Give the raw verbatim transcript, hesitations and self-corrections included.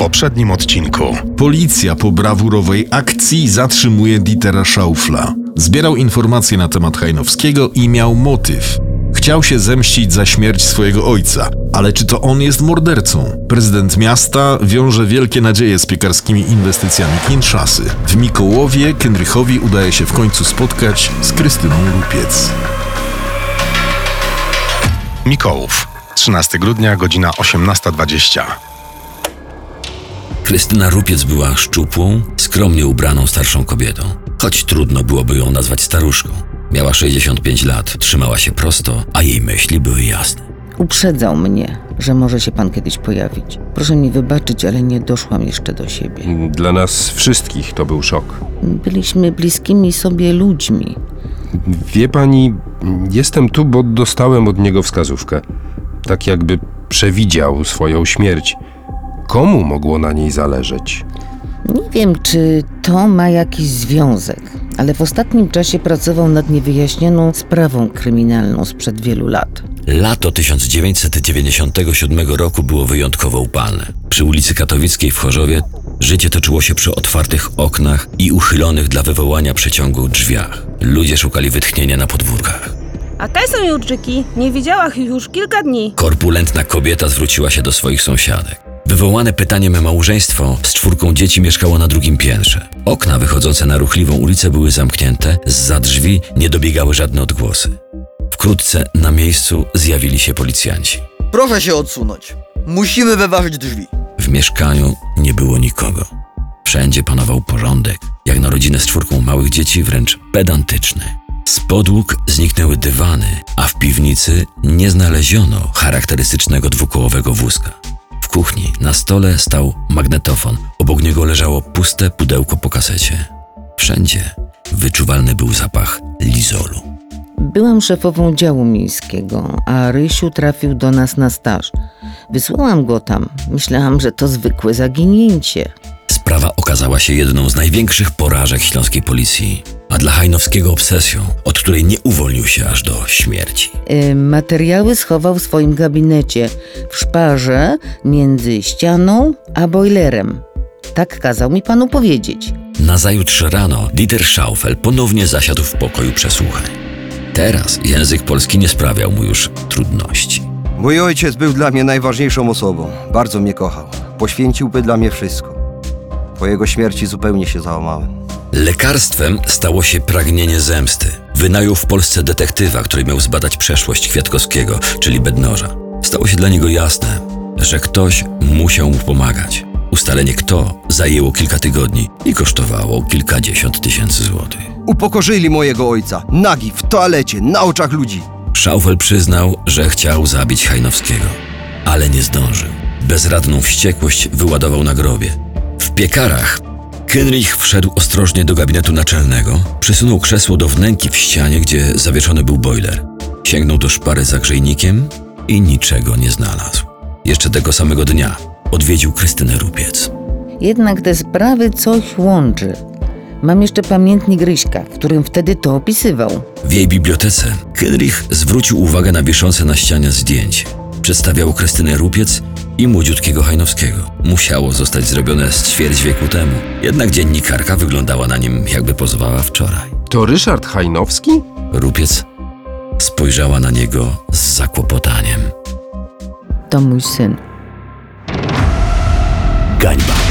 poprzednim odcinku. Policja po brawurowej akcji zatrzymuje Dietera Schaufla. Zbierał informacje na temat Hajnowskiego i miał motyw. Chciał się zemścić za śmierć swojego ojca. Ale czy to on jest mordercą? Prezydent miasta wiąże wielkie nadzieje z piekarskimi inwestycjami Kinszasy. W Mikołowie Kenrychowi udaje się w końcu spotkać z Krystyną Rupiec. Mikołów, trzynastego grudnia, godzina osiemnasta dwadzieścia. Krystyna Rupiec była szczupłą, skromnie ubraną starszą kobietą. Choć trudno byłoby ją nazwać staruszką. Miała sześćdziesiąt pięć lat, trzymała się prosto, a jej myśli były jasne. Uprzedzał mnie, że może się pan kiedyś pojawić. Proszę mi wybaczyć, ale nie doszłam jeszcze do siebie. Dla nas wszystkich to był szok. Byliśmy bliskimi sobie ludźmi. Wie pani, jestem tu, bo dostałem od niego wskazówkę. Tak jakby przewidział swoją śmierć. Komu mogło na niej zależeć? Nie wiem, czy to ma jakiś związek, ale w ostatnim czasie pracował nad niewyjaśnioną sprawą kryminalną sprzed wielu lat. Lato tysiąc dziewięćset dziewięćdziesiątego siódmego roku było wyjątkowo upalne. Przy ulicy Katowickiej w Chorzowie życie toczyło się przy otwartych oknach i uchylonych dla wywołania przeciągu drzwiach. Ludzie szukali wytchnienia na podwórkach. A te są Jurczyki, nie widziałam ich już kilka dni. Korpulentna kobieta zwróciła się do swoich sąsiadek. Wywołane pytaniem małżeństwo z czwórką dzieci mieszkało na drugim piętrze. Okna wychodzące na ruchliwą ulicę były zamknięte, zza drzwi nie dobiegały żadne odgłosy. Wkrótce na miejscu zjawili się policjanci. Proszę się odsunąć. Musimy wyważyć drzwi. W mieszkaniu nie było nikogo. Wszędzie panował porządek, jak na rodzinę z czwórką małych dzieci, wręcz pedantyczny. Z podłóg zniknęły dywany, a w piwnicy nie znaleziono charakterystycznego dwukołowego wózka. W kuchni na stole stał magnetofon. Obok niego leżało puste pudełko po kasecie. Wszędzie wyczuwalny był zapach lizolu. Byłam szefową działu miejskiego, a Rysiu trafił do nas na staż. Wysłałam go tam. Myślałam, że to zwykłe zaginięcie. Sprawa okazała się jedną z największych porażek śląskiej policji, a dla Hajnowskiego obsesją, od której nie uwolnił się aż do śmierci. Yy, materiały schował w swoim gabinecie, w szparze między ścianą a bojlerem. Tak kazał mi panu powiedzieć. Nazajutrz rano Dieter Schaufel ponownie zasiadł w pokoju przesłuchań. Teraz język polski nie sprawiał mu już trudności. Mój ojciec był dla mnie najważniejszą osobą. Bardzo mnie kochał. Poświęciłby dla mnie wszystko. Po jego śmierci zupełnie się załamałem. Lekarstwem stało się pragnienie zemsty. Wynajął w Polsce detektywa, który miał zbadać przeszłość Kwiatkowskiego, czyli Bednoża. Stało się dla niego jasne, że ktoś musiał mu pomagać. Ustalenie kto zajęło kilka tygodni i kosztowało kilkadziesiąt tysięcy złotych. Upokorzyli mojego ojca. Nagi, w toalecie, na oczach ludzi. Schaufel przyznał, że chciał zabić Hajnowskiego, ale nie zdążył. Bezradną wściekłość wyładował na grobie. W piekarach Kenrich wszedł ostrożnie do gabinetu naczelnego, przysunął krzesło do wnęki w ścianie, gdzie zawieszony był bojler. Sięgnął do szpary za grzejnikiem i niczego nie znalazł. Jeszcze tego samego dnia odwiedził Krystynę Rupiec. Jednak te sprawy coś łączy. Mam jeszcze pamiętnik Ryśka, w którym wtedy to opisywał. W jej bibliotece Kenrich zwrócił uwagę na wiszące na ścianie zdjęcie. Przedstawiało Krystynę Rupiec i młodziutkiego Hajnowskiego. Musiało zostać zrobione z ćwierć wieku temu. Jednak dziennikarka wyglądała na nim, jakby pozowała wczoraj. To Ryszard Hajnowski? Rupiec spojrzała na niego z zakłopotaniem. To mój syn. Gańba.